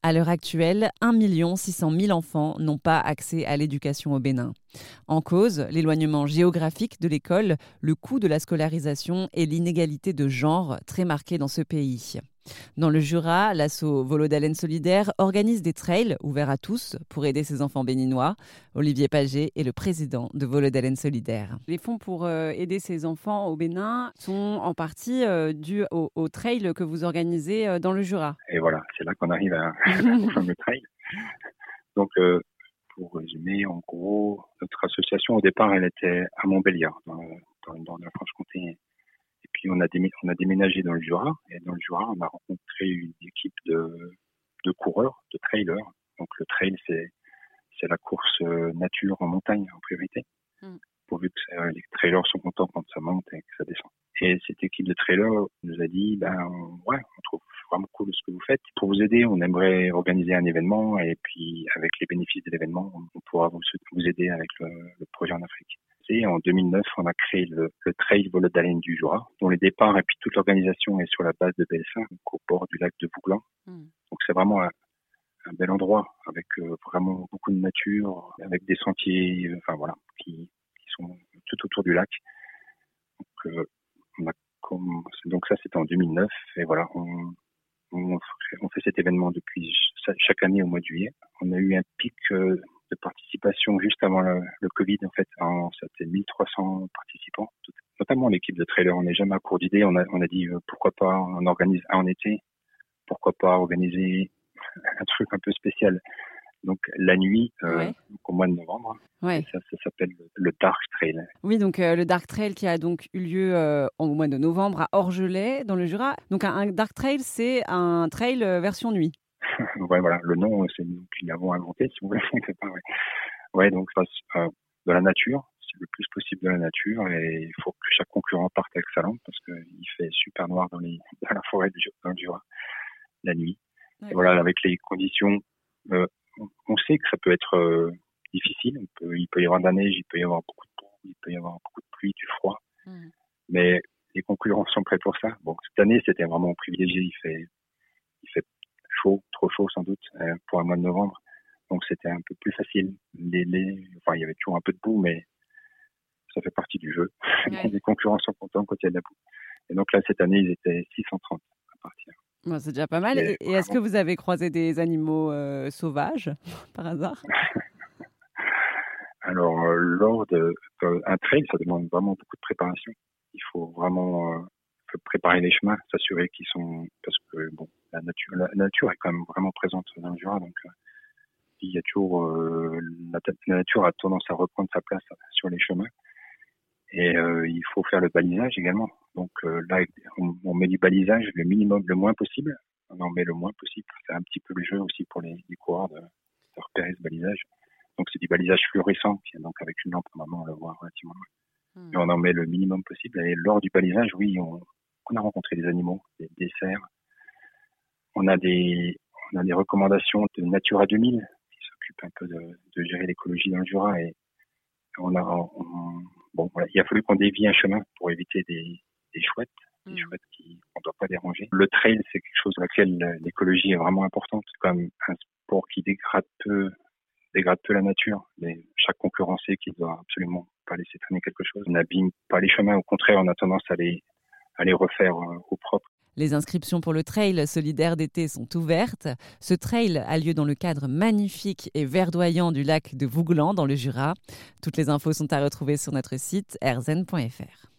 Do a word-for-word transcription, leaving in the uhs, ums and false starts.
À l'heure actuelle, un million six cent mille enfants n'ont pas accès à l'éducation au Bénin. En cause, l'éloignement géographique de l'école, le coût de la scolarisation et l'inégalité de genre très marquée dans ce pays. Dans le Jura, l'asso Volodalen Solidaire organise des trails ouverts à tous pour aider ces enfants béninois. Olivier Paget est le président de Volodalen Solidaire. Les fonds pour euh, aider ces enfants au Bénin sont en partie euh, dus au, au trail que vous organisez euh, dans le Jura. Et voilà, c'est là qu'on arrive à, au fameux trail. Donc, euh, pour résumer, en gros, notre association, au départ, elle était à Montbéliard, dans, dans, dans la Franche-Comté. Et puis, on a, démi- on a déménagé dans le Jura. Et dans le Jura, on a rencontré une équipe de, de coureurs, de trailers. Donc, le trail, c'est, c'est la course nature en montagne, en priorité. Mm. Pourvu que ça, les trailers sont contents quand ça monte et que ça descend. Et cette équipe de trailers nous a dit, ben, ouais, on trouve vraiment cool ce que vous faites. Pour vous aider, on aimerait organiser un événement et puis, avec les bénéfices de l'événement, on pourra vous, vous aider avec le, le projet en Afrique. Et en deux mille neuf, on a créé le, le Trail Volodalen du Jura, dont les départs et puis toute l'organisation est sur la base de B S A, donc au bord du lac de Vouglan. Mm. Donc c'est vraiment un, un bel endroit avec euh, vraiment beaucoup de nature, avec des sentiers, euh, enfin voilà, qui, qui sont tout autour du lac. Donc, euh, on a comme, donc ça c'était en deux mille neuf et voilà, on, on, on fait cet événement depuis chaque année au mois de juillet. On a eu un pic euh, de participation juste avant le, le Covid, en fait, en, c'était mille trois cents participants, notamment l'équipe de trailers. On n'est jamais à court d'idées. On a, on a dit euh, pourquoi pas on organise un en été, pourquoi pas organiser un truc un peu spécial. Donc la nuit, euh, ouais. donc, au mois de novembre, ouais. ça, ça s'appelle le Dark Trail. Oui, donc euh, le Dark Trail qui a donc eu lieu euh, au mois de novembre à Orgelet, dans le Jura. Donc un, un Dark Trail, c'est un trail euh, version nuit. Ouais, voilà, le nom, c'est nous qui l'avons inventé, si vous voulez. ouais. ouais, donc ça, euh, de la nature, c'est le plus possible de la nature, et il faut que chaque concurrent parte avec sa lampe parce qu'il fait super noir dans, les, dans la forêt du dans le Jura la nuit. Et voilà, avec les conditions, euh, on, on sait que ça peut être euh, difficile. On peut, il peut y avoir de la neige, il peut y avoir beaucoup de boue, il peut y avoir beaucoup de pluie, du froid, mmh. mais les concurrents sont prêts pour ça. Bon, cette année, c'était vraiment privilégié. Il fait, il fait chaud, trop chaud sans doute, euh, pour un mois de novembre. Donc c'était un peu plus facile. Les, les, enfin, il y avait toujours un peu de boue, mais ça fait partie du jeu. Ouais. Les concurrents sont contents quand il y a de la boue. Et donc là, cette année, ils étaient six cent trente à partir. Bon, c'est déjà pas mal. Et, et est-ce que vous avez croisé des animaux euh, sauvages, par hasard? Alors, euh, lors d'un trail, ça demande vraiment beaucoup de préparation. Il faut vraiment euh, préparer les chemins, s'assurer qu'ils sont... Parce que bon, la nature, la, la nature est quand même vraiment présente dans le Jura, donc euh, il y a toujours... Euh, la, la nature a tendance à reprendre sa place sur les chemins. Et euh, il faut faire le balisage également. Donc euh, là, on, on met du balisage le minimum, le moins possible. On en met le moins possible. C'est un petit peu le jeu aussi pour les, les coureurs de, de repérer ce balisage. Donc c'est du balisage fluorescent, donc avec une lampe, normalement on le voit relativement loin. Mmh. Et on en met le minimum possible. Et lors du balisage, oui, on, on a rencontré des animaux, des, des cerfs. On a des, on a des recommandations de Natura deux mille qui s'occupent un peu de, de gérer l'écologie dans le Jura. Et on a, on, bon, voilà, il a fallu qu'on dévie un chemin pour éviter des, des chouettes, mmh. des chouettes qui on ne doit pas déranger. Le trail, c'est quelque chose dans lequel l'écologie est vraiment importante. C'est comme un sport qui dégrade peu, dégrade peu la nature. Mais chaque concurrent sait qu'il doit absolument pas laisser traîner quelque chose. On n'abîme pas les chemins, au contraire, on a tendance à les, à les refaire euh, au propre. Les inscriptions pour le trail solidaire d'été sont ouvertes. Ce trail a lieu dans le cadre magnifique et verdoyant du lac de Vouglan dans le Jura. Toutes les infos sont à retrouver sur notre site r zen point f r.